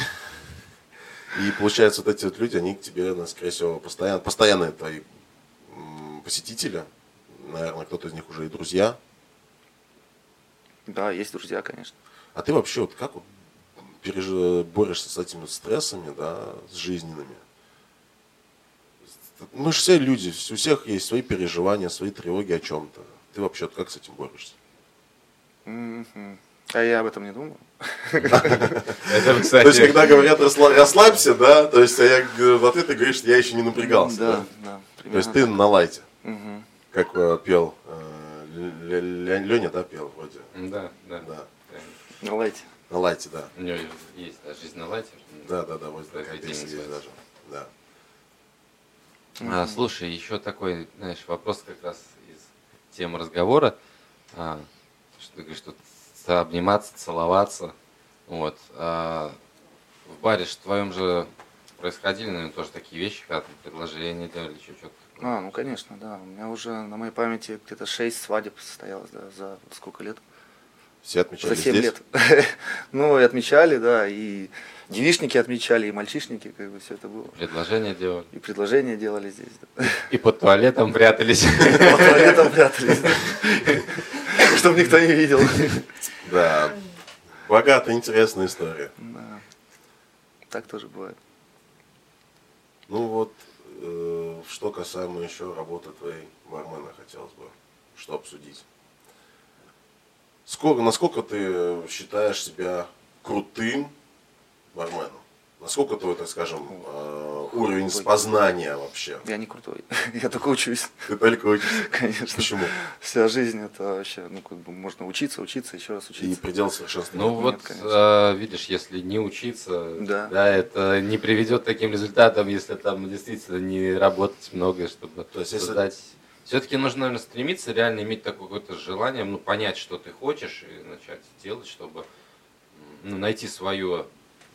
И получается, вот эти вот люди, они к тебе, скорее всего, постоянно, постоянные твои посетители. Наверное, кто-то из них уже и друзья. Да, есть друзья, конечно. А ты вообще вот как вот переж... борешься с этими стрессами, да, с жизненными? Мы же все люди, у всех есть свои переживания, свои тревоги о чем-то. Ты вообще как с этим борешься? Mm-hmm. А я об этом не думал. То есть, когда говорят расслабься, да, то есть я в ответ ты говоришь, что я еще не напрягался. Да, да. То есть ты на лайте, как пел Леня, да, пел вроде. Да, да. На лайте. На лайте, да. У него есть жизнь на лайте. Да, да, да, вот такая песня есть даже. Да. А, слушай, еще такой, знаешь, вопрос как раз из темы разговора, а, что ты говоришь, что обниматься, целоваться, вот. А, в баре в твоем же происходили, наверное, тоже такие вещи, когда там предложения делали, еще что-то. А, ну конечно, да. У меня уже на моей памяти где-то шесть свадеб состоялось, да, за сколько лет? Все отмечали за семь здесь? лет. Ну, и отмечали, да, и девичники отмечали, и мальчишники, как бы все это было. Предложения делали. И предложения делали здесь, да. И под туалетом прятались. Под туалетом прятались, да. Чтобы никто не видел. Да. Богатая, интересная история. Да. Так тоже бывает. Ну вот, э, что касаемо еще работы твоей бармена, хотелось бы что обсудить. Сколько, насколько ты считаешь себя крутым барменом? Насколько твой, так скажем, э, уровень познания вообще? Я не крутой, я только учусь. Ты только учишься? Конечно. Почему? Вся жизнь это вообще, ну как бы можно учиться, учиться, еще раз учиться. И предел совершенства. Ну вот, э, видишь, если не учиться, да. да, это не приведет к таким результатам, если там действительно не работать много, чтобы То есть, создать... Если... Все-таки нужно, наверное, стремиться реально иметь такое какое-то желание, ну, понять, что ты хочешь, и начать делать, чтобы ну, найти свое,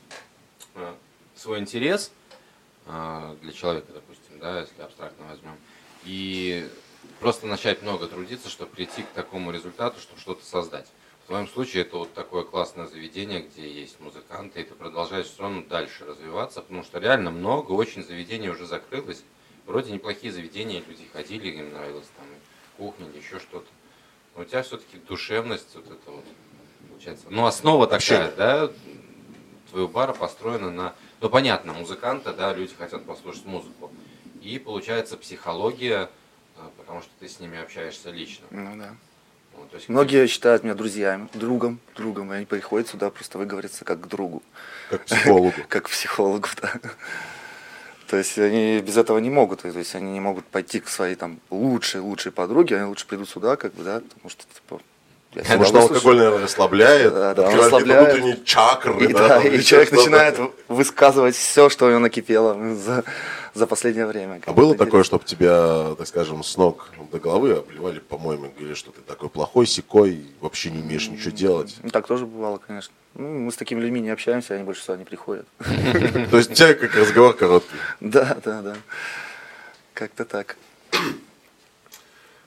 свой интерес для человека, допустим, да, если абстрактно возьмем, и просто начать много трудиться, чтобы прийти к такому результату, чтобы что-то создать. В твоем случае это вот такое классное заведение, где есть музыканты, и ты продолжаешь все равно дальше развиваться, потому что реально много, очень заведений уже закрылось. Вроде неплохие заведения, люди ходили, им нравилось там кухня или еще что-то. Но у тебя все-таки душевность вот это вот получается. Ну, основа такая, да, твоего бара построена на... Ну, понятно, музыканты, да, люди хотят послушать музыку. И получается психология, потому что ты с ними общаешься лично. Ну да. Вот, то есть, многие как... считают меня друзьями, другом, другом, и они приходят сюда просто выговориться как к другу. Как к психологу. Как к психологу, да. То есть они без этого не могут, то есть они не могут пойти к своей там лучшей, лучшей подруге, они лучше придут сюда, как бы, да, потому что типа, потому что алкоголь, наверное, расслабляет, да, да, расслабляет. Внутренние чакры, и, да, да, и человек начинает высказывать все, что у него накипело за, за последнее время. А было такое, чтобы тебя, так скажем, с ног до головы обливали помоями, говорили, что ты такой плохой, сякой, вообще не умеешь ничего делать? Ну, так тоже бывало, конечно. Ну, мы с такими людьми не общаемся, они больше сюда не приходят. То есть у тебя как разговор короткий? Да, да, да. Как-то так.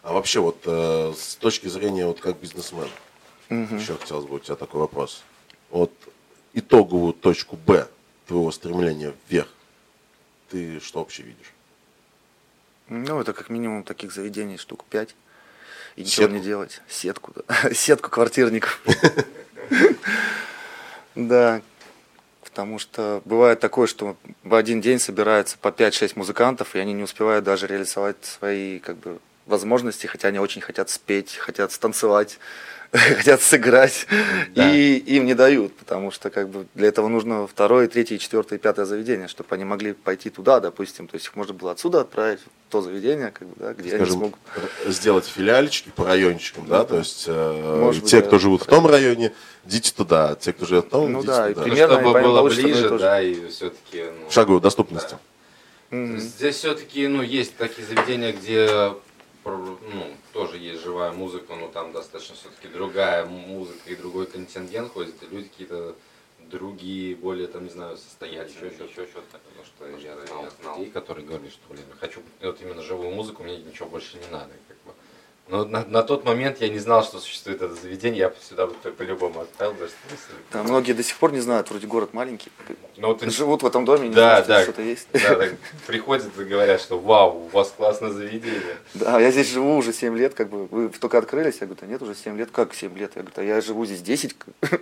А вообще вот э, с точки зрения вот как бизнесмена, Угу. еще хотелось бы у тебя такой вопрос. Вот итоговую точку Б твоего стремления вверх, ты что вообще видишь? Ну, это как минимум таких заведений штук пять. И ничего Сетку? не делать. Сетку, да. Сетку квартирников. Да. Потому что бывает такое, что в один день собирается по пять-шесть музыкантов, и они не успевают даже реализовать свои как бы возможности, хотя они очень хотят спеть, хотят станцевать, хотят сыграть, Да. и им не дают, потому что как бы для этого нужно второе, третье, четвертое, пятое заведение, чтобы они могли пойти туда, допустим, то есть их можно было отсюда отправить в то заведение, как бы, да, где Скажем, они смогут. сделать филиальчики по райончикам, да, Ну, то да. есть э, Может быть, те, да. кто живут в том районе, идите туда, а те, кто живет в том, Ну идите да, и туда. пример- Примерно, Чтобы и, по-моему, было получится одно и ближе, то же. да, и все-таки... Ну, Шаговой доступности. Мгм. Здесь все-таки, ну, есть такие заведения, где ну, тоже есть живая музыка, но там достаточно все-таки другая музыка и другой контингент ходит, и люди какие-то другие, более, там, не знаю, состоятельные, еще, еще что-то. Потому что я знал, знал людей, которые говорили, что, блин, хочу вот именно живую музыку, мне ничего больше не надо. Как бы. Но на, на тот момент я не знал, что существует это заведение, я сюда бы по-любому отправил. Даже, Да, многие до сих пор не знают, вроде город маленький. но вот, Живут в этом доме, не да, знают, да, что что-то есть. да, так приходят и говорят, что вау, у вас классное заведение. Да, я здесь живу уже семь лет, как бы, вы только открылись, я говорю, да нет, уже семь лет, как семь лет? Я говорю, а я живу здесь десять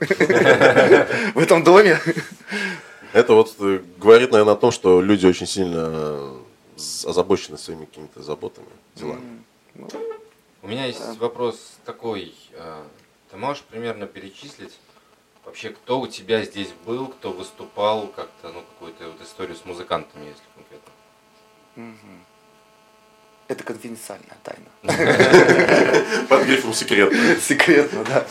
в этом доме. Это вот э, говорит, наверное, о том, что люди очень сильно э, озабочены своими какими-то заботами, делами. Ну, У меня есть Да. вопрос такой. э, Ты можешь примерно перечислить вообще, кто у тебя здесь был, кто выступал, как-то, ну, какую-то вот историю с музыкантами, если конкретно? мгм. Это конфиденциальная тайна. Под грифом секрет. Секретно, да.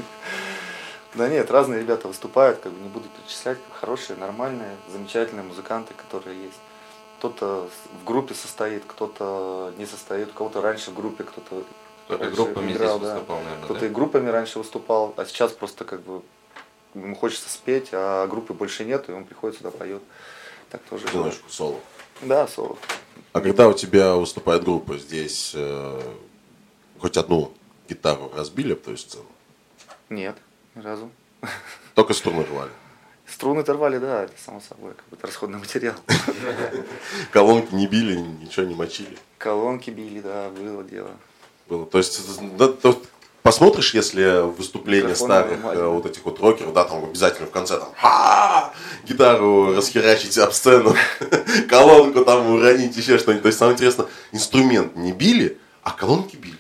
Да нет, разные ребята выступают, как бы не буду перечислять, хорошие, нормальные, замечательные музыканты, которые есть. Кто-то в группе состоит, кто-то не состоит, у кого-то раньше в группе, кто-то Кто-то раньше группами играл, здесь да. выступал, наверное, Кто-то да? и группами раньше выступал, а сейчас просто как бы ему хочется спеть, а группы больше нет, и он приходит сюда, поет. Так тоже было. Одиночку, соло. Да, соло. А когда у тебя выступает группа, здесь э, хоть одну гитару разбили об твою сцену? Нет, ни разу. Только струны рвали. Струны оторвали, да, это само собой, как бы это расходный материал. Колонки не били, ничего не мочили. Колонки били, да, было дело. Было. То есть, да, то- посмотришь, если выступления Микрофон старых нормально. э, вот этих вот рокеров, да, там обязательно в конце там ха гитару расхерачить об сцену, колонку там уронить, еще что-нибудь. То есть, самое интересное, инструмент не били, а колонки били.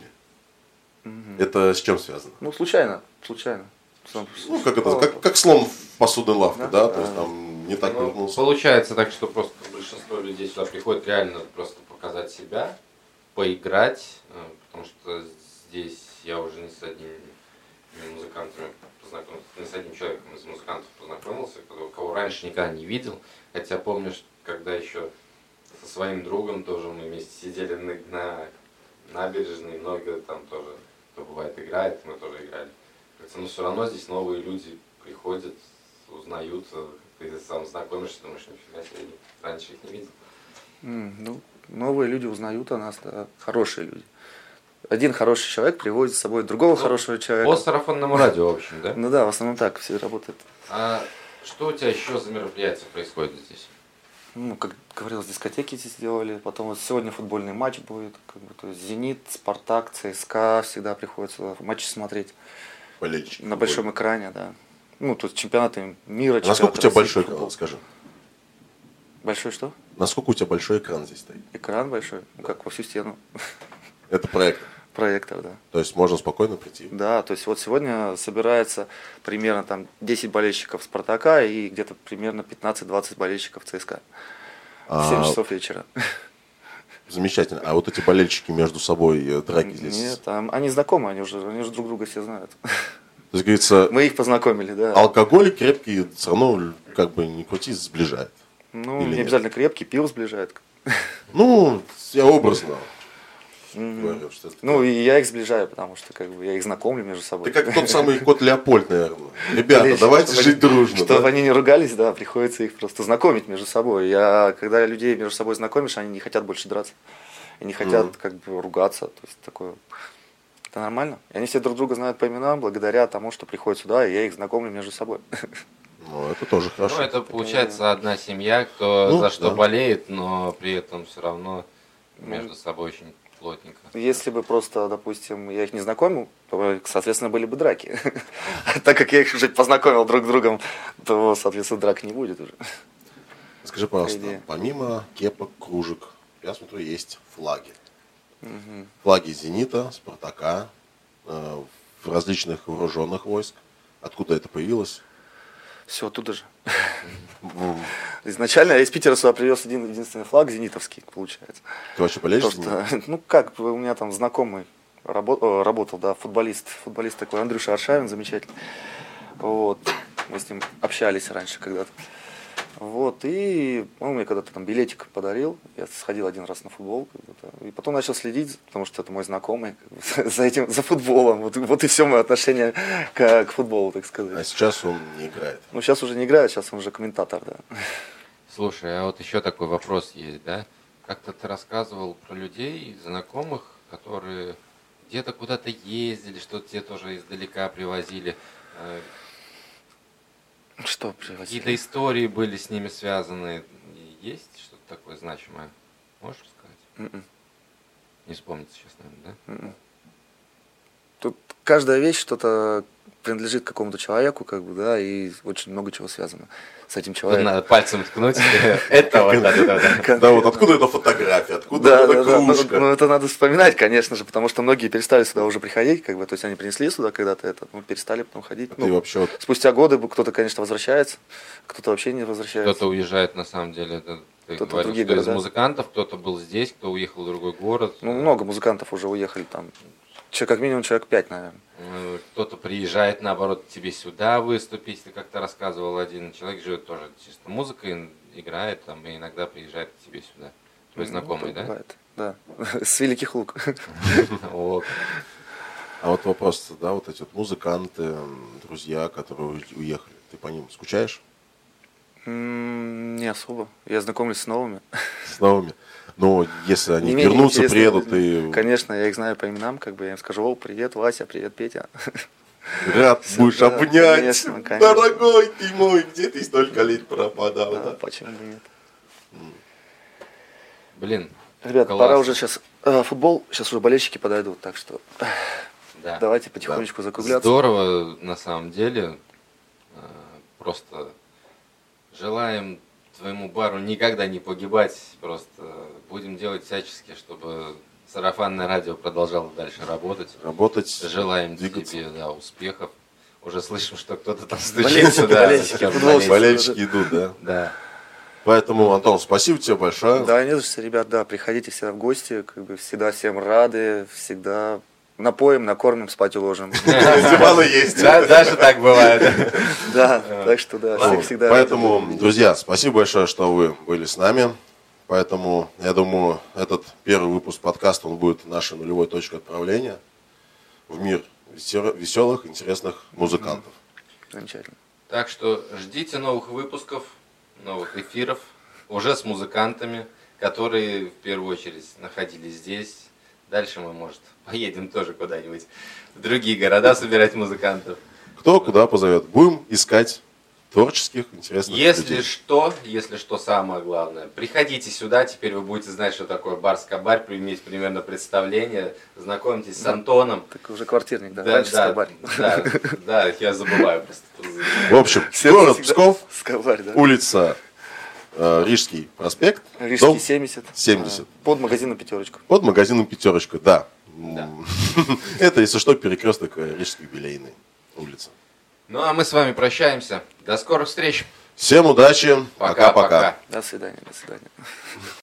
Это с чем связано? Ну, случайно, случайно. Сам- Ну, как это, как, как слон в посудной лавке, Да. да, то есть там не так Ну, вернулся. получается так, что просто большинство людей сюда приходит реально просто показать себя, поиграть, э, потому что здесь я уже не с одним музыкантами познакомился, не с одним человеком из музыкантов познакомился, кого, кого раньше никогда не видел. Хотя помнишь, когда еще со своим другом тоже мы вместе сидели на, на набережной, много там тоже, кто бывает играет, мы тоже играли. Но все равно здесь новые люди приходят, узнают, ты сам знакомишься, думаешь, нифига себе, раньше их не видел. М, Ну, новые люди узнают о нас, да, хорошие люди. Один хороший человек приводит с собой другого Ну, хорошего По человека. сарафанному радио, в общем, да? Ну да, в основном так все работает. А что у тебя еще за мероприятия происходит здесь? Ну, как говорил, дискотеки здесь сделали, потом вот сегодня футбольный матч будет, как бы, то есть Зенит, Спартак, ЦСКА всегда приходится матчи смотреть Болельщики. на большом экране, да. Ну, тут чемпионаты мира, А насколько у чемпионаты тебя России большой по футболу. экран, скажи? Большой что? Насколько у тебя большой экран здесь стоит? Экран большой, ну как во всю стену. Это проект. Проектор, да. То есть можно спокойно прийти. Да, то есть вот сегодня собирается примерно там десять болельщиков Спартака и где-то примерно пятнадцать-двадцать болельщиков ЦСКА. В семь А, часов вечера. Замечательно. А вот эти болельщики между собой э, драки здесь. Нет, там, они знакомы, они уже, они уже друг друга все знают. То есть, говорится, Мы их познакомили, да. алкоголь крепкий все равно, как бы не крути, сближает. Ну, или не нет? обязательно крепкий, пиво сближает. Ну, я образно Мгм. говорю, что это. Ну, и я их сближаю, потому что как бы я их знакомлю между собой. Ты как тот самый кот Леопольд, наверное. Ребята, Блин, давайте чтобы жить они- дружно. Чтобы да? они не ругались, да, приходится их просто знакомить между собой. Я, когда людей между собой знакомишь, они не хотят больше драться. и не хотят Mm-hmm. как бы ругаться. То есть такое, это нормально. И они все друг друга знают по именам благодаря тому, что приходят сюда, и я их знакомлю между собой. Ну, это тоже хорошо. Ну, это получается одна семья, кто ну, за что да. болеет, но при этом все равно между собой очень плотненько. Если бы просто, допустим, я их не знакомил, то, соответственно, были бы драки. Так как я их уже познакомил друг с другом, то, соответственно, драк не будет уже. Скажи, пожалуйста, помимо кепок, кружек, я смотрю, есть флаги. Угу. Флаги «Зенита», «Спартака», э, в различных вооруженных войск. Откуда это появилось? Все оттуда же. Изначально я из Питера сюда привез один единственный флаг, зенитовский, получается. Ты вообще болеешь? Что, ну как, у меня там знакомый работал, работал, да, футболист, футболист такой, Андрюша Аршавин, замечательный. Вот, мы с ним общались раньше когда-то. Вот, и он мне когда-то там билетик подарил, я сходил один раз на футбол, и потом начал следить, потому что это мой знакомый, как бы, за этим, за футболом, вот, вот и все мое отношение к, к футболу, так сказать. А сейчас он не играет? Ну, сейчас уже не играет, сейчас он уже комментатор, да. Слушай, а вот еще такой вопрос есть, да? Как-то ты рассказывал про людей, знакомых, которые где-то куда-то ездили, что-то тебе тоже издалека привозили. Что привозили? Какие-то истории были с ними связаны. Есть что-то такое значимое? Можешь рассказать? Mm-mm. Не вспомнится сейчас, наверное, да? Mm-mm. Тут каждая вещь что-то принадлежит какому-то человеку, как бы, да, и очень много чего связано с этим человеком. Надо пальцем ткнуть. Это вот, да, да, да. Да, вот откуда эта фотография, откуда эта кружка? Ну, это надо вспоминать, конечно же, потому что многие перестали сюда уже приходить, как бы, то есть они принесли сюда когда-то это, ну, перестали потом ходить. Ты вообще вот... Спустя годы кто-то, конечно, возвращается, кто-то вообще не возвращается. Кто-то уезжает, на самом деле, ты кто-то говорил, другие что из города. музыкантов, кто-то был здесь, кто уехал в другой город. Ну, много музыкантов уже уехали там, как минимум человек пять, наверное. Кто-то приезжает, наоборот, к тебе сюда выступить. Ты как-то рассказывал, один человек живет тоже чисто музыкой, играет там, и иногда приезжает к тебе сюда. Твой знакомый, да? Бывает, да. С Великих Луг. А вот вопрос, да, вот эти вот музыканты, друзья, которые уехали, ты по ним скучаешь? Не особо. Я знакомлюсь с новыми. С новыми? Ну, если они Не вернутся, приедут и... Конечно, я их знаю по именам, как бы я им скажу: о, привет, Вася, привет, Петя. Рад будешь да, обнять. Конечно, конечно. Дорогой ты мой, где ты столько лет пропадал? Да, да? Почему бы нет? Блин. Ребят, классно. Пора уже сейчас э, футбол, сейчас уже болельщики подойдут, так что да. Давайте потихонечку да. закругляться. Здорово, на самом деле. Просто желаем твоему бару никогда не погибать, просто будем делать всячески, чтобы сарафанное радио продолжало дальше работать. Работать. Желаем двигаться. тебе да, успехов. Уже слышим, что кто-то там стучится. Болельщики, да, болельщики, болельщики идут, да. Да. Поэтому, Антон, спасибо тебе большое. Да, не за что, ребят, да, приходите всегда в гости, как бы всегда всем рады, всегда напоим, накормим, спать уложим. Диваны есть. Даже так бывает. Да, так что да, всех всегда. Поэтому, друзья, спасибо большое, что вы были с нами. Поэтому, я думаю, этот первый выпуск подкаста, он будет нашей нулевой точкой отправления в мир веселых, интересных музыкантов. Замечательно. Так что ждите новых выпусков, новых эфиров, уже с музыкантами, которые в первую очередь находились здесь. Дальше мы, может, поедем тоже куда-нибудь в другие города собирать музыкантов. Кто куда позовет. Будем искать творческих, интересных Если людей. что, если что, самое главное, приходите сюда, теперь вы будете знать, что такое бар-скобарь, иметь примерно представление, знакомьтесь с Антоном. Так уже квартирник, да, Да, раньше да, Скобарь. да, да, я забываю просто. В общем, Все город всегда Псков, Скобарь, да. улица э, Рижский проспект, Рижский дом семьдесят. семьдесят. а, Под магазином «Пятерочку». Под магазином «Пятерочка», да. Да. Это, если что, перекресток Рижской юбилейной улицы. Ну а мы с вами прощаемся. До скорых встреч. Всем удачи. Пока-пока. Пока-пока. До свидания, до свидания.